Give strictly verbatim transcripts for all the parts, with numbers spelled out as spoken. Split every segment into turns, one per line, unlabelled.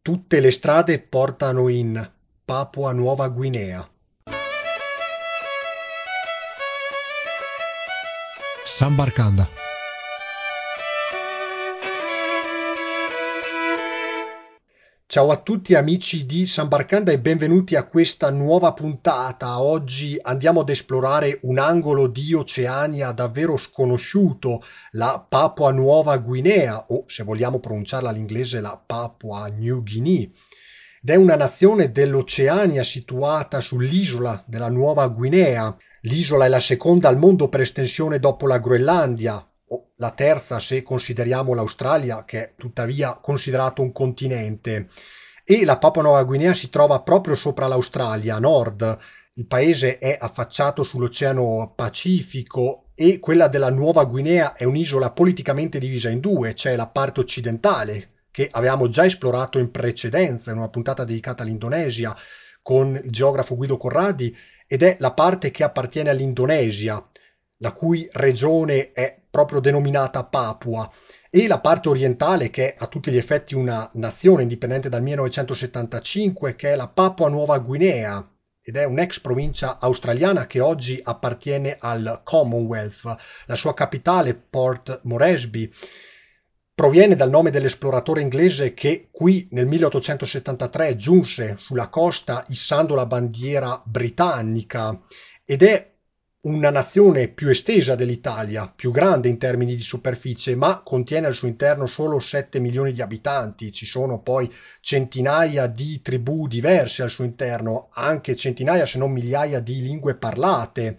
Tutte le strade portano in Papua Nuova Guinea.
Sambarcanda.
Ciao a tutti amici di Sambarcanda e benvenuti a questa nuova puntata. Oggi andiamo ad esplorare un angolo di Oceania davvero sconosciuto, la Papua Nuova Guinea, o se vogliamo pronunciarla all'inglese la Papua New Guinea. Ed è una nazione dell'Oceania situata sull'isola della Nuova Guinea. L'isola è la seconda al mondo per estensione dopo la Groenlandia, o la terza se consideriamo l'Australia, che è tuttavia considerato un continente. E la Papua Nuova Guinea si trova proprio sopra l'Australia, a nord. Il paese è affacciato sull'Oceano Pacifico e quella della Nuova Guinea è un'isola politicamente divisa in due. C'è la parte occidentale, che avevamo già esplorato in precedenza in una puntata dedicata all'Indonesia con il geografo Guido Corradi, ed è la parte che appartiene all'Indonesia, la cui regione è proprio denominata Papua, e la parte orientale, che è a tutti gli effetti una nazione indipendente dal millenovecentosettantacinque, che è la Papua Nuova Guinea, ed è un'ex provincia australiana che oggi appartiene al Commonwealth. La sua capitale, Port Moresby, proviene dal nome dell'esploratore inglese che qui nel milleottocentosettantatré giunse sulla costa issando la bandiera britannica, ed è una nazione più estesa dell'Italia, più grande in termini di superficie, ma contiene al suo interno solo sette milioni di abitanti. Ci sono poi centinaia di tribù diverse al suo interno, anche centinaia se non migliaia di lingue parlate.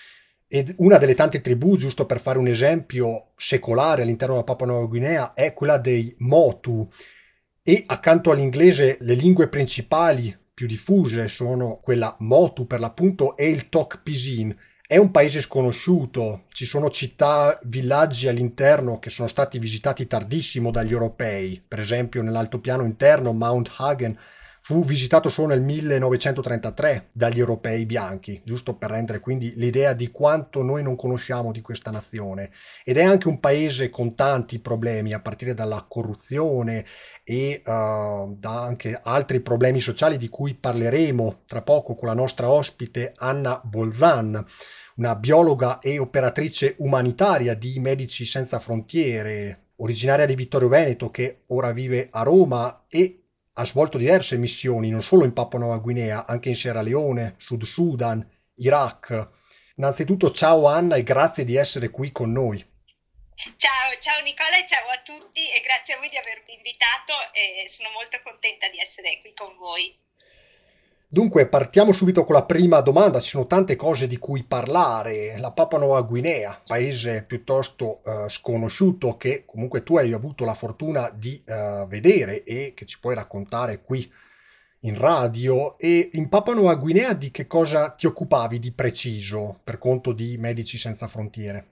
Ed una delle tante tribù, giusto per fare un esempio secolare all'interno della Papua Nuova Guinea, è quella dei Motu, e accanto all'inglese le lingue principali più diffuse sono quella Motu per l'appunto e il Tok Pisin. È un paese sconosciuto, ci sono città, villaggi all'interno che sono stati visitati tardissimo dagli europei, per esempio nell'altopiano interno Mount Hagen fu visitato solo nel millenovecentotrentatré dagli europei bianchi, giusto per rendere quindi l'idea di quanto noi non conosciamo di questa nazione. Ed è anche un paese con tanti problemi, a partire dalla corruzione e uh, da anche altri problemi sociali di cui parleremo tra poco con la nostra ospite Anna Bolzan, una biologa e operatrice umanitaria di Medici Senza Frontiere, originaria di Vittorio Veneto, che ora vive a Roma e ha svolto diverse missioni, non solo in Papua Nuova Guinea, anche in Sierra Leone, Sud Sudan, Iraq. Innanzitutto ciao Anna e grazie di essere qui con noi.
Ciao, ciao Nicola e ciao a tutti e grazie a voi di avermi invitato e sono molto contenta di essere qui con voi.
Dunque, partiamo subito con la prima domanda. Ci sono tante cose di cui parlare. La Papua Nuova Guinea, paese piuttosto eh, sconosciuto che comunque tu hai avuto la fortuna di eh, vedere e che ci puoi raccontare qui in radio. E in Papua Nuova Guinea di che cosa ti occupavi di preciso per conto di Medici Senza Frontiere?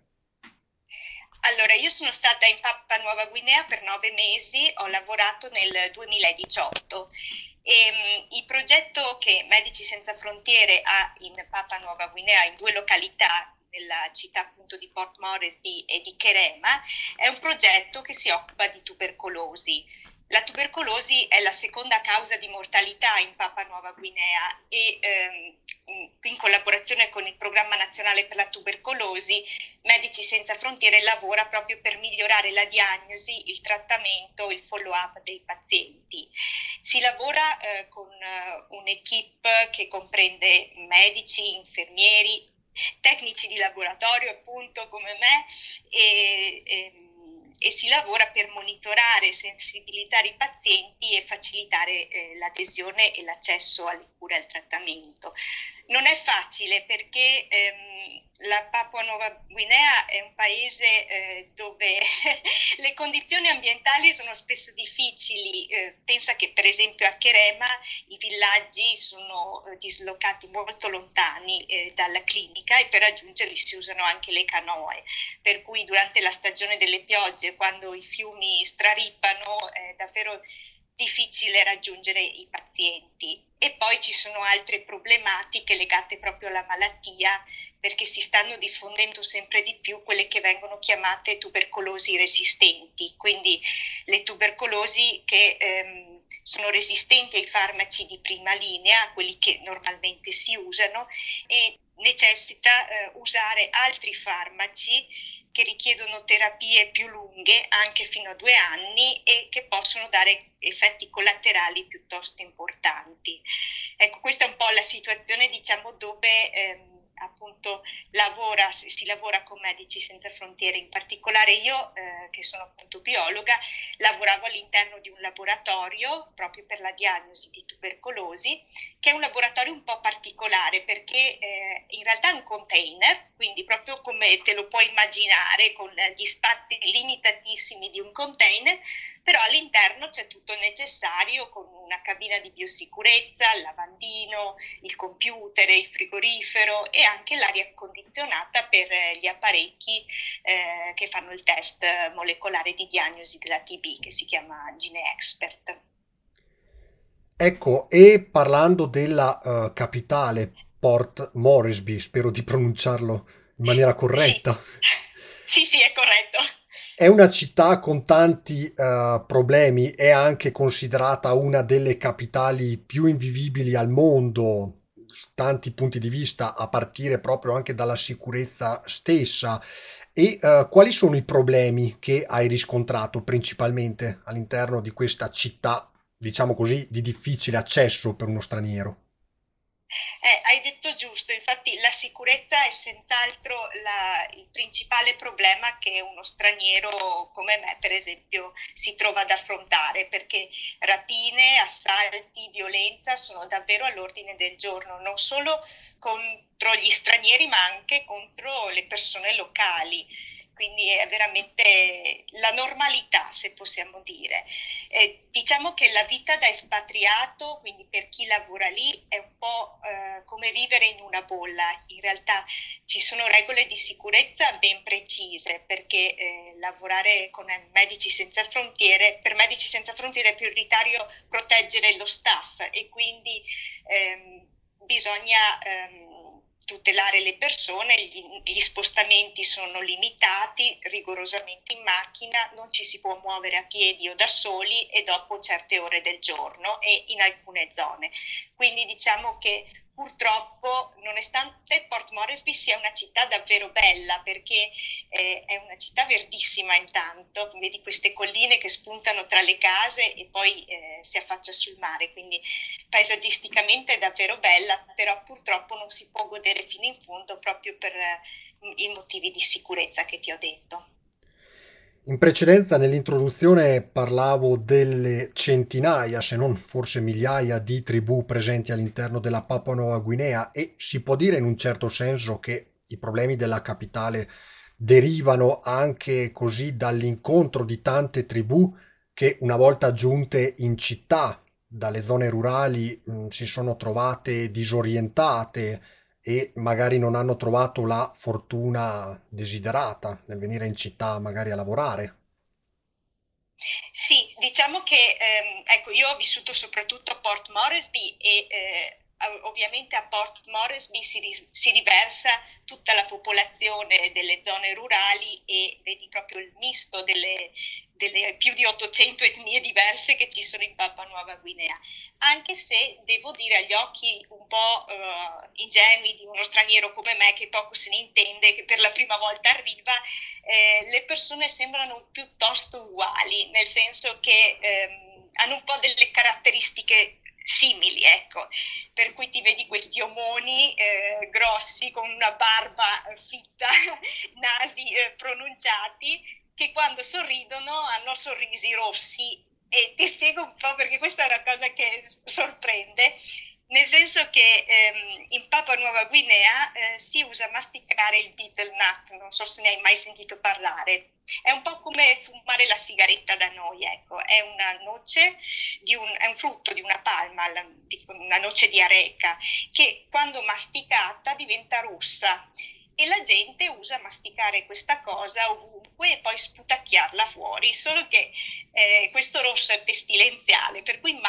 Allora, io sono stata in Papua Nuova Guinea per nove mesi, ho lavorato nel duemiladiciotto e mh, il progetto che Medici Senza Frontiere ha in Papua Nuova Guinea, in due località, nella città appunto di Port Moresby e di Kerema, è un progetto che si occupa di tubercolosi. La tubercolosi è la seconda causa di mortalità in Papua Nuova Guinea e ehm, in collaborazione con il Programma Nazionale per la Tubercolosi, Medici Senza Frontiere lavora proprio per migliorare la diagnosi, il trattamento, il follow-up dei pazienti. Si lavora eh, con eh, un'equipe che comprende medici, infermieri, tecnici di laboratorio appunto come me e, e e si lavora per monitorare e sensibilizzare i pazienti e facilitare eh, l'adesione e l'accesso alle cure e al trattamento. Non è facile perché ehm, la Papua Nuova Guinea è un paese eh, dove le condizioni ambientali sono spesso difficili. Eh, pensa che per esempio a Kerema i villaggi sono eh, dislocati molto lontani eh, dalla clinica e per raggiungerli si usano anche le canoe, per cui durante la stagione delle piogge, quando i fiumi straripano, è davvero difficile raggiungere i pazienti. E poi ci sono altre problematiche legate proprio alla malattia, perché si stanno diffondendo sempre di più quelle che vengono chiamate tubercolosi resistenti, quindi le tubercolosi che ehm, sono resistenti ai farmaci di prima linea, quelli che normalmente si usano, e necessita eh, usare altri farmaci che richiedono terapie più lunghe, anche fino a due anni, e che possono dare effetti collaterali piuttosto importanti. Ecco, questa è un po' la situazione, diciamo, dove ehm, appunto lavora, si lavora con Medici Senza Frontiere. In particolare io, eh, che sono appunto biologa, lavoravo all'interno di un laboratorio proprio per la diagnosi di tubercolosi, che è un laboratorio un po' particolare perché eh, in realtà è un container, quindi proprio come te lo puoi immaginare, con gli spazi limitatissimi di un container, però all'interno c'è tutto il necessario, con una cabina di biosicurezza, il lavandino, il computer, il frigorifero e anche l'aria condizionata per gli apparecchi eh, che fanno il test molecolare di diagnosi della T B, che si chiama GeneXpert.
Ecco, e parlando della eh, capitale, Port Moresby, spero di pronunciarlo in maniera
Sì,
corretta.
sì, sì, è corretto.
È una città con tanti eh, problemi, è anche considerata una delle capitali più invivibili al mondo su tanti punti di vista, a partire proprio anche dalla sicurezza stessa. E eh, quali sono i problemi che hai riscontrato principalmente all'interno di questa città, diciamo così, di difficile accesso per uno straniero?
Eh, hai detto giusto, infatti la sicurezza è senz'altro la- il principale problema che uno straniero come me, per esempio, si trova ad affrontare, perché rapine, assalti, violenza sono davvero all'ordine del giorno, non solo contro gli stranieri, ma anche contro le persone locali. Quindi è veramente la normalità, se possiamo dire. Eh, diciamo che la vita da espatriato, quindi per chi lavora lì, è un po' eh, come vivere in una bolla. In realtà ci sono regole di sicurezza ben precise, perché eh, lavorare con Medici Senza Frontiere, per Medici Senza Frontiere è prioritario proteggere lo staff e quindi ehm, bisogna ehm, tutelare le persone, gli, gli spostamenti sono limitati rigorosamente in macchina, non ci si può muovere a piedi o da soli e dopo certe ore del giorno e in alcune zone. Quindi diciamo che purtroppo, nonostante Port Moresby sia una città davvero bella, perché eh, è una città verdissima intanto, vedi queste colline che spuntano tra le case e poi eh, si affaccia sul mare, quindi paesaggisticamente è davvero bella, però purtroppo non si può godere fino in fondo proprio per eh, i motivi di sicurezza che ti ho detto.
In precedenza, nell'introduzione, parlavo delle centinaia, se non forse migliaia, di tribù presenti all'interno della Papua Nuova Guinea e si può dire in un certo senso che i problemi della capitale derivano anche così dall'incontro di tante tribù che una volta giunte in città dalle zone rurali mh, si sono trovate disorientate e magari non hanno trovato la fortuna desiderata nel venire in città magari a lavorare.
Sì, diciamo che ehm, ecco, io ho vissuto soprattutto a Port Moresby e eh, ovviamente a Port Moresby si, ri- si riversa tutta la popolazione delle zone rurali e vedi proprio il misto delle, delle più di ottocento etnie diverse che ci sono in Papua Nuova Guinea. Anche se devo dire agli occhi un po' eh, ingenui di uno straniero come me che poco se ne intende, che per la prima volta arriva, eh, le persone sembrano piuttosto uguali, nel senso che ehm, hanno un po' delle caratteristiche simili, ecco, per cui ti vedi questi omoni eh, grossi con una barba fitta, nasi eh, pronunciati, che quando sorridono hanno sorrisi rossi e ti spiego un po' perché questa è una cosa che sorprende, nel senso che ehm, in Papua Nuova Guinea eh, si usa masticare il betel nut, non so se ne hai mai sentito parlare. È un po' come fumare la sigaretta da noi, ecco, è una noce, di un, è un frutto di una palma, la- di- una noce di areca, che quando masticata diventa rossa e la gente usa masticare questa cosa ovunque e poi sputacchiarla fuori, solo che eh, questo rosso è pestilenziale, per cui macchia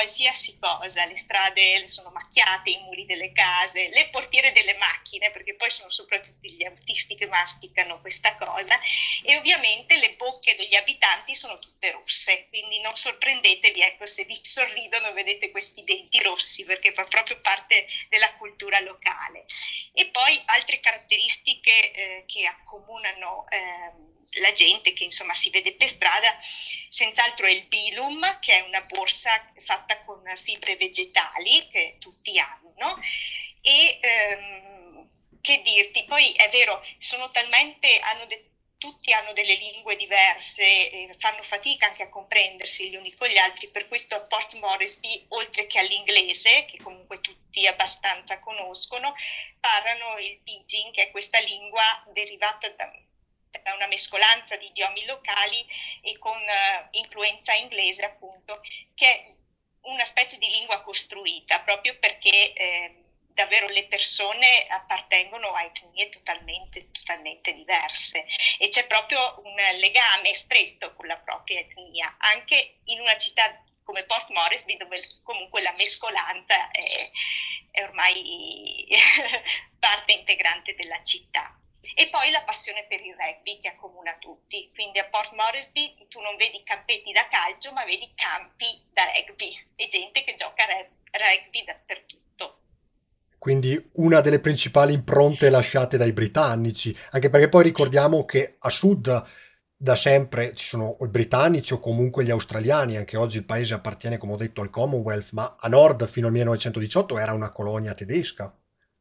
qualsiasi cosa, le strade sono macchiate, i muri delle case, le portiere delle macchine, perché poi sono soprattutto gli autisti che masticano questa cosa, e ovviamente le bocche degli abitanti sono tutte rosse, quindi non sorprendetevi, ecco, se vi sorridono vedete questi denti rossi, perché fa proprio parte della cultura locale. E poi altre caratteristiche eh, che accomunano ehm, la gente che insomma si vede per strada, senz'altro è il bilum, che è una borsa fatta con fibre vegetali che tutti hanno, e ehm, che dirti, poi è vero, sono talmente, hanno de- tutti hanno delle lingue diverse, eh, fanno fatica anche a comprendersi gli uni con gli altri, per questo a Port Moresby, oltre che all'inglese, che comunque tutti abbastanza conoscono, parlano il pidgin, che è questa lingua derivata da, da una mescolanza di idiomi locali e con uh, influenza inglese, appunto, che è una specie di lingua costruita, proprio perché eh, davvero le persone appartengono a etnie totalmente, totalmente diverse, e c'è proprio un legame stretto con la propria etnia, anche in una città come Port Moresby, dove comunque la mescolanza è, è ormai parte integrante della città. E poi la passione per il rugby che accomuna tutti, quindi a Port Moresby tu non vedi campetti da calcio, ma vedi campi da rugby e gente che gioca a rugby dappertutto.
Quindi una delle principali impronte lasciate dai britannici, anche perché poi ricordiamo che a sud da sempre ci sono o i britannici o comunque gli australiani, anche oggi il paese appartiene, come ho detto, al Commonwealth, ma a nord fino al millenovecentodiciotto era una colonia tedesca.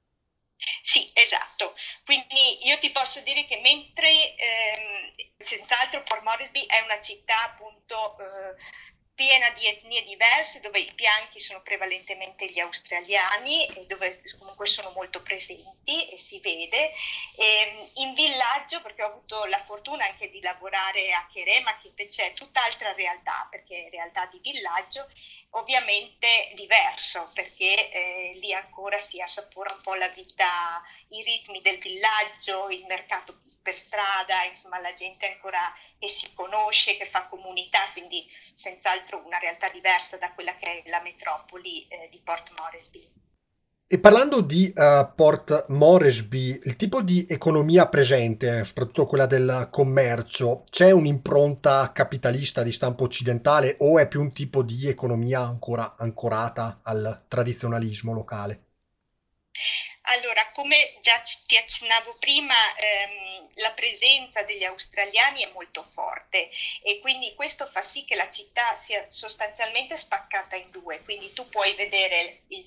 Sì, esatto. Quindi io ti posso dire che mentre ehm, senz'altro Port Moresby è una città appunto eh, piena di etnie diverse, dove i bianchi sono prevalentemente gli australiani e dove comunque sono molto presenti e si vede. E, in villaggio, perché ho avuto la fortuna anche di lavorare a Cherema, che invece è tutt'altra realtà, perché è realtà di villaggio, ovviamente diverso, perché eh, lì ancora si assapora un po' la vita, i ritmi del villaggio, il mercato per strada, insomma la gente ancora che si conosce, che fa comunità, quindi senz'altro una realtà diversa da quella che è la metropoli eh, di Port Moresby.
E parlando di eh, Port Moresby, il tipo di economia presente, soprattutto quella del commercio, c'è un'impronta capitalista di stampo occidentale o è più un tipo di economia ancora ancorata al tradizionalismo locale?
Allora, come già ti accennavo prima, ehm, la presenza degli australiani è molto forte e quindi questo fa sì che la città sia sostanzialmente spaccata in due, quindi tu puoi vedere il,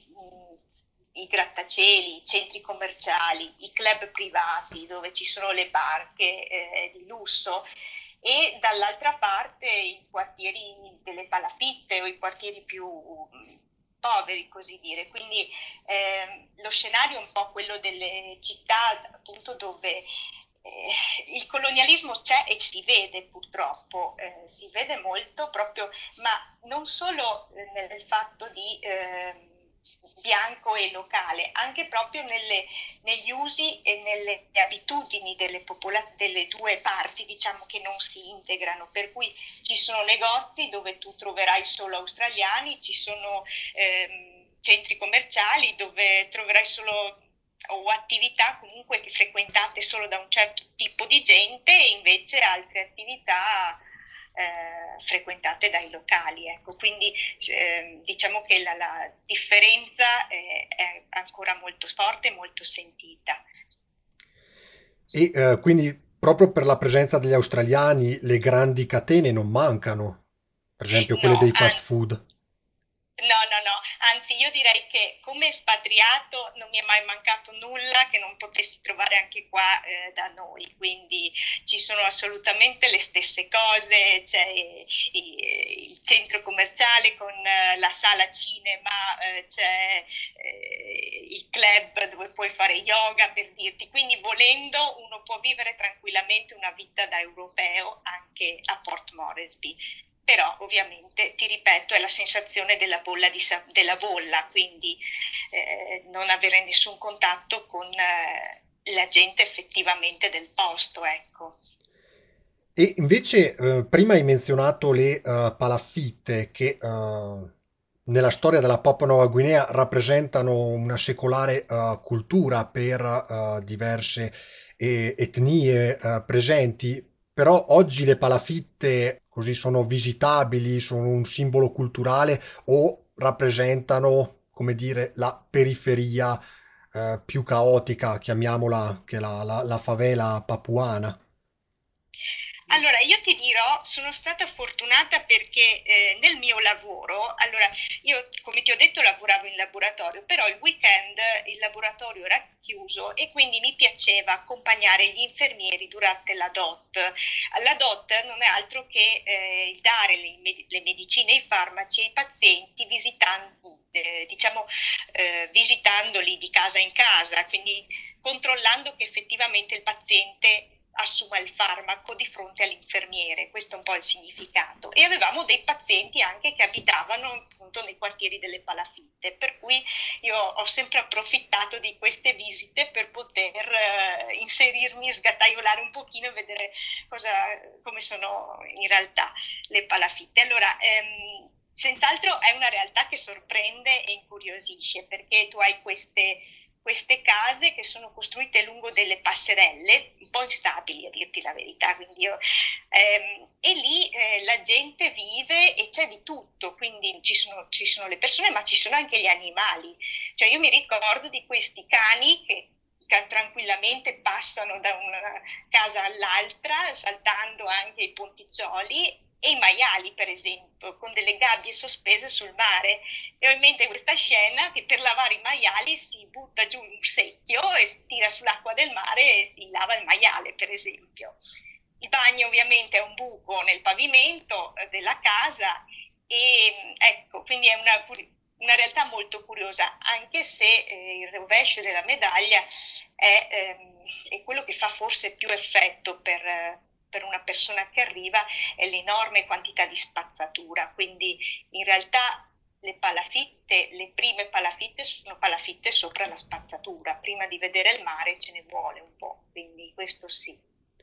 i grattacieli, i centri commerciali, i club privati dove ci sono le barche eh, di lusso, e dall'altra parte i quartieri delle palafitte o i quartieri più mh, poveri, così dire. Quindi eh, lo scenario è un po' quello delle città appunto dove eh, il colonialismo c'è e si vede purtroppo, eh, si vede molto proprio, ma non solo eh, nel fatto di eh, bianco e locale, anche proprio nelle, negli usi e nelle abitudini delle, popola- delle due parti, diciamo che non si integrano, per cui ci sono negozi dove tu troverai solo australiani, ci sono ehm, centri commerciali dove troverai solo o attività comunque frequentate solo da un certo tipo di gente e invece altre attività eh, frequentate dai locali. Ecco. Quindi eh, diciamo che la, la differenza è, è ancora molto forte e molto sentita.
E eh, quindi proprio per la presenza degli australiani le grandi catene non mancano, per esempio quelle
No,
dei fast
anzi,
food.
no, no, no, anzi io direi che come espatriato non mi è mai mancato nulla che non potessi trovare anche qua eh, da noi, quindi ci sono assolutamente le stesse cose, c'è eh, i- il centro commerciale con eh, la sala cinema, eh, c'è eh, il club dove puoi fare yoga per dirti, quindi volendo uno può vivere tranquillamente una vita da europeo anche a Port Moresby, però ovviamente, ti ripeto, è la sensazione della bolla, di sa- della bolla, quindi eh, non avere nessun contatto con eh, la gente effettivamente del posto, ecco.
E invece, eh, prima hai menzionato le eh, palafitte che eh, nella storia della Papua Nuova Guinea rappresentano una secolare eh, cultura per eh, diverse eh, etnie eh, presenti, però oggi le palafitte così sono visitabili, sono un simbolo culturale o rappresentano, come dire, la periferia eh, più caotica, chiamiamola, che la, la, la favela papuana.
Allora, io ti dirò, sono stata fortunata perché eh, nel mio lavoro, allora io come ti ho detto lavoravo in laboratorio, però il weekend il laboratorio era chiuso e quindi mi piaceva accompagnare gli infermieri durante la D O T. La D O T non è altro che eh, il dare le, le medicine e i farmaci ai pazienti visitando, eh, diciamo, eh, visitandoli di casa in casa, quindi controllando che effettivamente il paziente assuma il farmaco di fronte all'infermiere, questo è un po' il significato. E avevamo dei pazienti anche che abitavano appunto nei quartieri delle palafitte, per cui io ho sempre approfittato di queste visite per poter eh, inserirmi, sgattaiolare un pochino e vedere cosa, come sono in realtà le palafitte. Allora, ehm, senz'altro è una realtà che sorprende e incuriosisce perché tu hai queste queste case che sono costruite lungo delle passerelle un po' instabili a dirti la verità, quindi io, ehm, e lì eh, la gente vive e c'è di tutto, quindi ci sono, ci sono le persone ma ci sono anche gli animali, cioè io mi ricordo di questi cani che tranquillamente passano da una casa all'altra, saltando anche i ponticcioli e i maiali, per esempio, con delle gabbie sospese sul mare. E ho in mente questa scena che per lavare i maiali si butta giù un secchio e si tira sull'acqua del mare e si lava il maiale, per esempio. Il bagno ovviamente è un buco nel pavimento eh, della casa e ecco, quindi è una, una realtà molto curiosa, anche se eh, il rovescio della medaglia è, ehm, è quello che fa forse più effetto per, eh, per una persona che arriva, è l'enorme quantità di spazzatura, quindi in realtà le palafitte, le prime palafitte sono palafitte sopra la spazzatura, prima di vedere il mare ce ne vuole un po', quindi questo sì.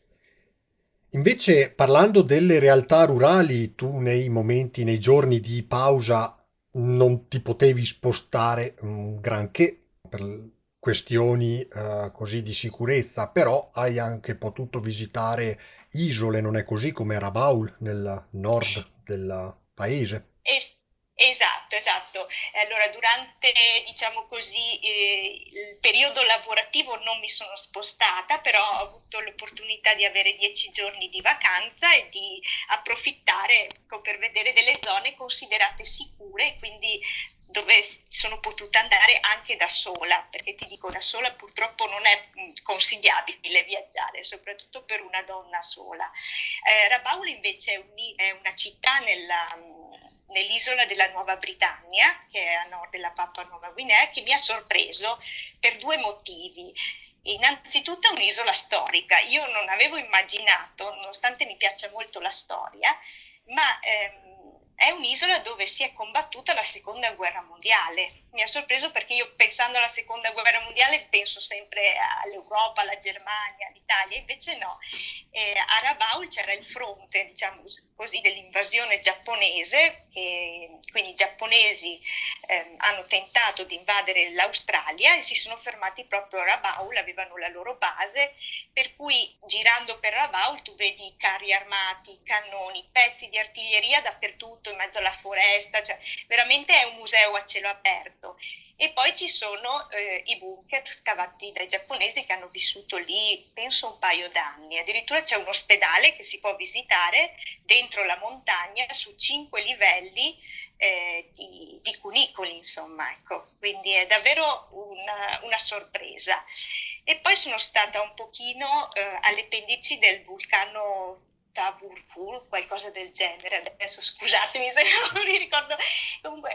Invece, parlando delle realtà rurali, tu nei momenti, nei giorni di pausa non ti potevi spostare un granché per questioni eh, così di sicurezza, però hai anche potuto visitare isole, non è così come Rabaul nel nord del paese.
Es- esatto, esatto. Allora, durante, diciamo così, eh, il periodo lavorativo non mi sono spostata, però ho avuto l'opportunità di avere dieci giorni di vacanza e di approfittare, ecco, per vedere delle zone considerate sicure, quindi dove s- sono potuta andare anche da sola, perché ti dico, da sola purtroppo non è mh, consigliabile viaggiare, soprattutto per una donna sola. Eh, Rabaul invece è, un- è una città nella, nell'isola della Nuova Britannia, che è a nord della Papua Nuova Guinea, che mi ha sorpreso per due motivi. Innanzitutto è un'isola storica, io non avevo immaginato, nonostante mi piaccia molto la storia, ma ehm, è un'isola dove si è combattuta la seconda guerra mondiale. Mi ha sorpreso perché io pensando alla seconda guerra mondiale penso sempre all'Europa, alla Germania, all'Italia, invece no. Eh, a Rabaul c'era il fronte, diciamo così, dell'invasione giapponese, e quindi i giapponesi ehm, hanno tentato di invadere l'Australia e si sono fermati proprio a Rabaul, avevano la loro base, per cui girando per Rabaul tu vedi carri armati, cannoni, pezzi di artiglieria dappertutto, in mezzo alla foresta, cioè veramente è un museo a cielo aperto. E poi ci sono eh, i bunker scavati dai giapponesi che hanno vissuto lì, penso, un paio d'anni. Addirittura c'è un ospedale che si può visitare dentro la montagna su cinque livelli eh, di, di cunicoli, insomma, ecco. Quindi è davvero una, una sorpresa. E poi sono stata un pochino eh, alle pendici del vulcano Tavurful, qualcosa del genere. Adesso scusatemi se non mi ricordo. Comunque,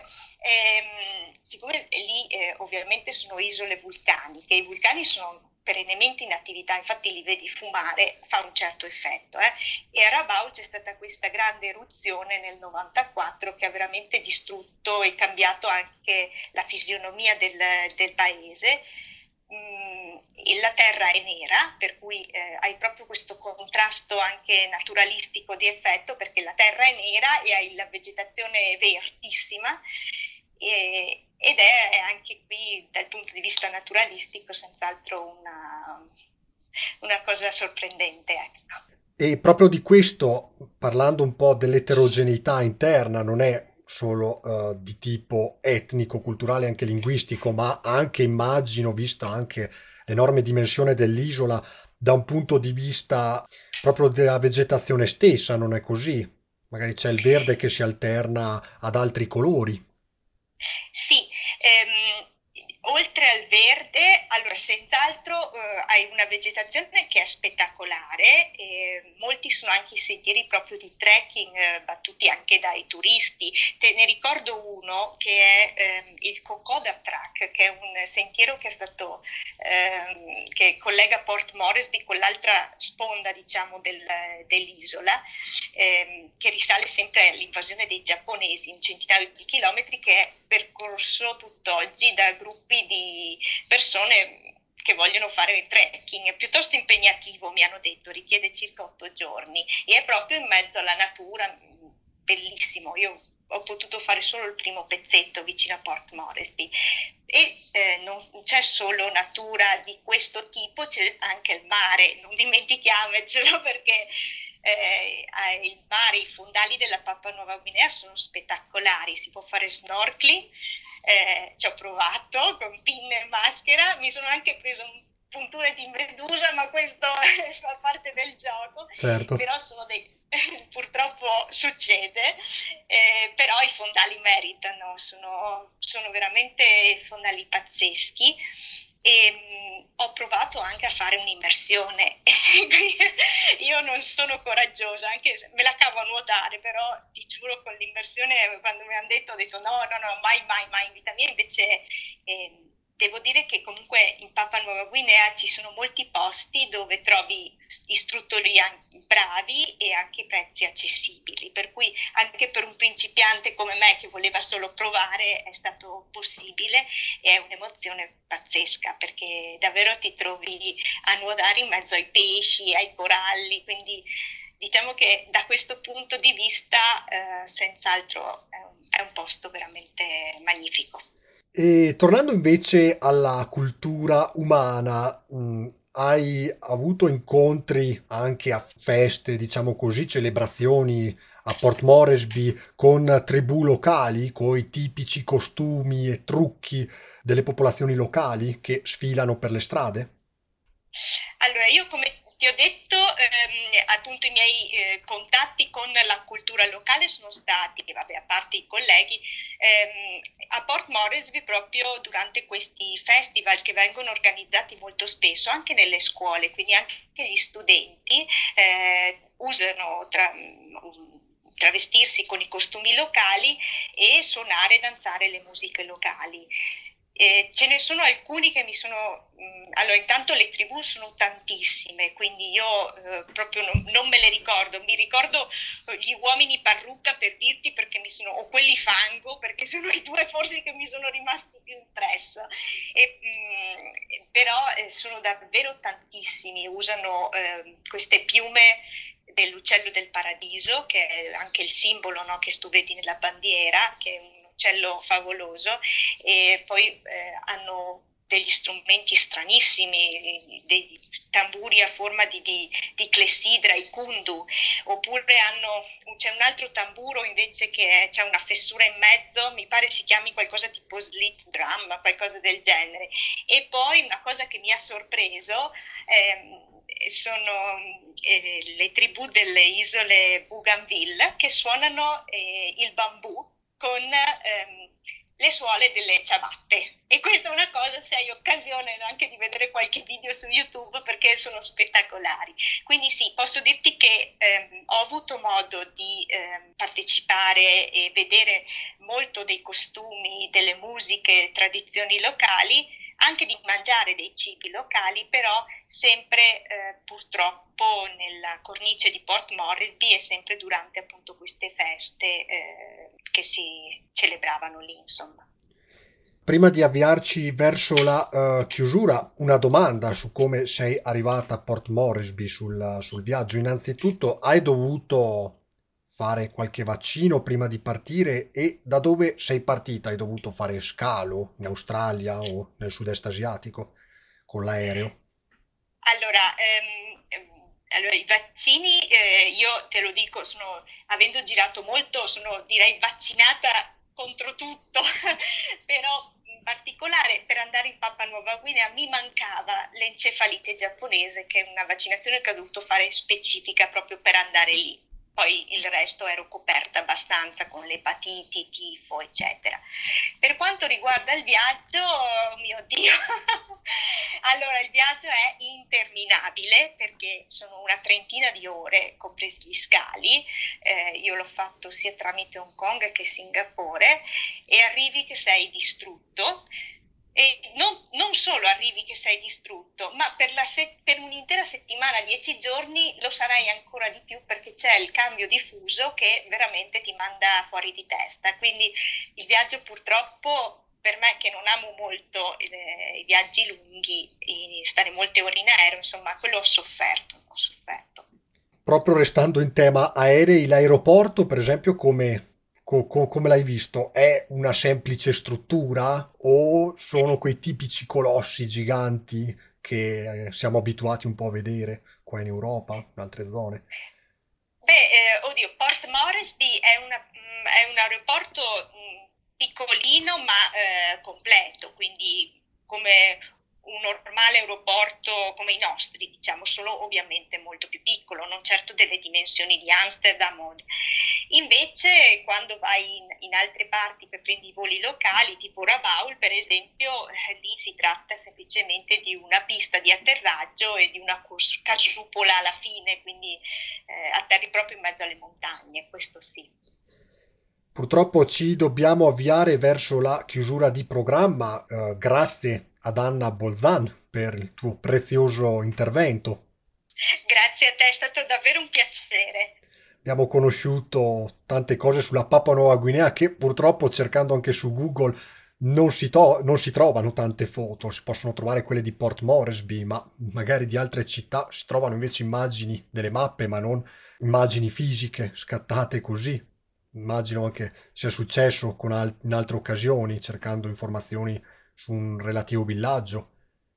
ehm, siccome lì eh, ovviamente sono isole vulcaniche, i vulcani sono perennemente in attività, infatti li vedi fumare, fa un certo effetto. Eh? E a Rabaul c'è stata questa grande eruzione nel novantaquattro che ha veramente distrutto e cambiato anche la fisionomia del, del paese. Mm, la terra è nera, per cui eh, hai proprio questo contrasto anche naturalistico di effetto, perché la terra è nera e hai la vegetazione verdissima e- ed è anche qui dal punto di vista naturalistico senz'altro una, una cosa sorprendente, ecco.
E proprio di questo, parlando un po' dell'eterogeneità interna, non è solo eh, di tipo etnico, culturale, anche linguistico, ma anche immagino, vista anche l'enorme dimensione dell'isola, da un punto di vista proprio della vegetazione stessa, non è così? Magari c'è il verde che si alterna ad altri colori.
Sì, ehm, oltre al verde, allora senz'altro eh, hai una vegetazione che è spettacolare, e molti sono anche i sentieri proprio di trekking eh, battuti anche dai turisti. Te ne ricordo uno che è ehm, il Kokoda Track, che è un sentiero che è stato ehm, che collega Port Moresby con l'altra sponda, diciamo, del- dell'isola, ehm, che risale sempre all'invasione dei giapponesi, un centinaio di chilometri che è percorso tutt'oggi da gruppi di persone che vogliono fare trekking. È piuttosto impegnativo, mi hanno detto, richiede circa otto giorni e è proprio in mezzo alla natura, bellissimo. Io ho potuto fare solo il primo pezzetto vicino a Port Moresby e eh, non c'è solo natura di questo tipo, c'è anche il mare, non dimentichiamocelo, perché eh, il mare, i fondali della Papua Nuova Guinea sono spettacolari, si può fare snorkeling, eh, ci ho provato con pinne e maschera, mi sono anche preso un punture di medusa, ma questo fa parte del gioco,
Certo.
però sono dei, purtroppo succede, eh, però i fondali meritano, sono, sono veramente fondali pazzeschi e mh, ho provato anche a fare un'immersione. Io non sono coraggiosa, anche se me la cavo a nuotare, però ti giuro con l'immersione quando mi hanno detto ho detto no, no, no, mai, mai, mai in vita mia, invece eh, devo dire che comunque in Papua Nuova Guinea ci sono molti posti dove trovi istruttori bravi e anche prezzi accessibili, per cui anche per un principiante come me che voleva solo provare è stato possibile e è un'emozione pazzesca perché davvero ti trovi a nuotare in mezzo ai pesci, ai coralli, quindi diciamo che da questo punto di vista eh, senz'altro è un, è un posto veramente magnifico.
E tornando invece alla cultura umana, mh, hai avuto incontri anche a feste, diciamo così, celebrazioni a Port Moresby con tribù locali, con i tipici costumi e trucchi delle popolazioni locali che sfilano per le strade?
Allora, io come ti ho detto, ehm, appunto i miei eh, contatti con la cultura locale sono stati, vabbè, a parte i colleghi, ehm, a Port Moresby proprio durante questi festival che vengono organizzati molto spesso, anche nelle scuole, quindi anche gli studenti eh, usano tra, travestirsi con i costumi locali e suonare e danzare le musiche locali. Eh, ce ne sono alcuni che mi sono... Mh, allora, intanto le tribù sono tantissime, quindi io eh, proprio non, non me le ricordo. Mi ricordo eh, gli uomini parrucca per dirti perché mi sono... o quelli fango perché sono i due forse che mi sono rimasti più impresso. E, mh, però eh, sono davvero tantissimi, usano eh, queste piume dell'uccello del paradiso, che è anche il simbolo, no, che tu vedi nella bandiera, che è un uccello favoloso, e poi eh, hanno degli strumenti stranissimi, dei tamburi a forma di, di, di clessidra, i kundu, oppure hanno, c'è un altro tamburo invece che c'è una fessura in mezzo, mi pare si chiami qualcosa tipo slit drum, qualcosa del genere. E poi una cosa che mi ha sorpreso ehm, sono eh, le tribù delle isole Bougainville che suonano eh, il bambù con ehm, le suole delle ciabatte e questa è una cosa se hai occasione anche di vedere qualche video su YouTube perché sono spettacolari. Quindi sì, posso dirti che ehm, ho avuto modo di ehm, partecipare e vedere molto dei costumi, delle musiche, tradizioni locali, anche di mangiare dei cibi locali, però sempre eh, purtroppo nella cornice di Port Moresby e sempre durante appunto queste feste eh, che si celebravano lì, insomma.
Prima di avviarci verso la eh, chiusura, una domanda su come sei arrivata a Port Moresby sul, sul viaggio. Innanzitutto, hai dovuto fare qualche vaccino prima di partire e da dove sei partita? Hai dovuto fare scalo in Australia o nel sud-est asiatico con l'aereo?
Allora, ehm, ehm, allora, i vaccini, eh, io te lo dico, sono, avendo girato molto, sono direi vaccinata contro tutto, però in particolare per andare in Papua Nuova Guinea mi mancava l'encefalite giapponese, che è una vaccinazione che ho dovuto fare specifica proprio per andare lì. Poi il resto ero coperta abbastanza con l'epatiti, tifo, eccetera. Per quanto riguarda il viaggio, oh mio Dio, allora il viaggio è interminabile perché sono una trentina di ore, compresi gli scali, eh, io l'ho fatto sia tramite Hong Kong che Singapore e arrivi che sei distrutto. E non, non solo arrivi che sei distrutto, ma per, la se- per un'intera settimana, dieci giorni, lo sarai ancora di più perché c'è il cambio di fuso che veramente ti manda fuori di testa. Quindi il viaggio purtroppo, per me che non amo molto eh, i viaggi lunghi, i- stare molte ore in aereo, insomma, quello ho sofferto, ho sofferto.
Proprio restando in tema aerei, l'aeroporto, per esempio, come, co- co- come l'hai visto? È una semplice struttura o sono quei tipici colossi giganti che eh, siamo abituati un po' a vedere qua in Europa, in altre zone?
Beh, eh, oddio, Port Moresby è, una- mm, è un aeroporto mm, piccolino ma eh, completo, quindi come un normale aeroporto come i nostri, diciamo, solo ovviamente molto più piccolo, non certo delle dimensioni di Amsterdam. o- Invece, quando vai in, in altre parti per prendi i voli locali, tipo Rabaul, per esempio, eh, lì si tratta semplicemente di una pista di atterraggio e di una cos- casupola alla fine, quindi eh, atterri proprio in mezzo alle montagne, questo sì.
Purtroppo ci dobbiamo avviare verso la chiusura di programma. Eh, grazie ad Anna Bolzan per il tuo prezioso intervento.
Grazie a te, è stato davvero un piacere.
Abbiamo conosciuto tante cose sulla Papua Nuova Guinea che purtroppo cercando anche su Google non si, to- non si trovano tante foto, si possono trovare quelle di Port Moresby, ma magari di altre città si trovano invece immagini delle mappe, ma non immagini fisiche scattate così. Immagino anche sia successo con al- in altre occasioni, cercando informazioni su un relativo villaggio.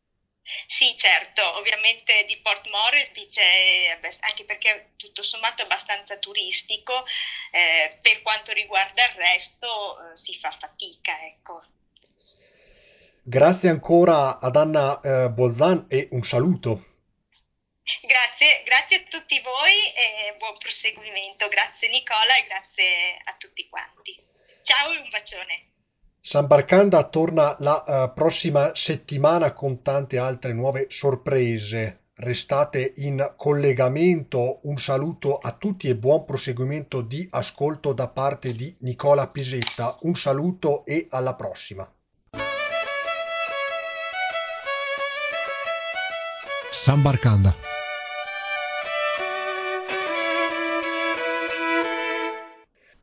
Sì, certo, ovviamente di Port Moresby c'è, beh, anche perché tutto sommato è abbastanza turistico, eh, per quanto riguarda il resto, eh, si fa fatica, ecco.
Grazie ancora ad Anna eh, Bolzan e un saluto.
Grazie, grazie a tutti voi e buon proseguimento. Grazie Nicola e grazie a tutti quanti. Ciao e un bacione.
Sambarcanda torna la eh, prossima settimana con tante altre nuove sorprese. Restate in collegamento. Un saluto a tutti e buon proseguimento di ascolto da parte di Nicola Pisetta. Un saluto e alla prossima.
Sambarcanda.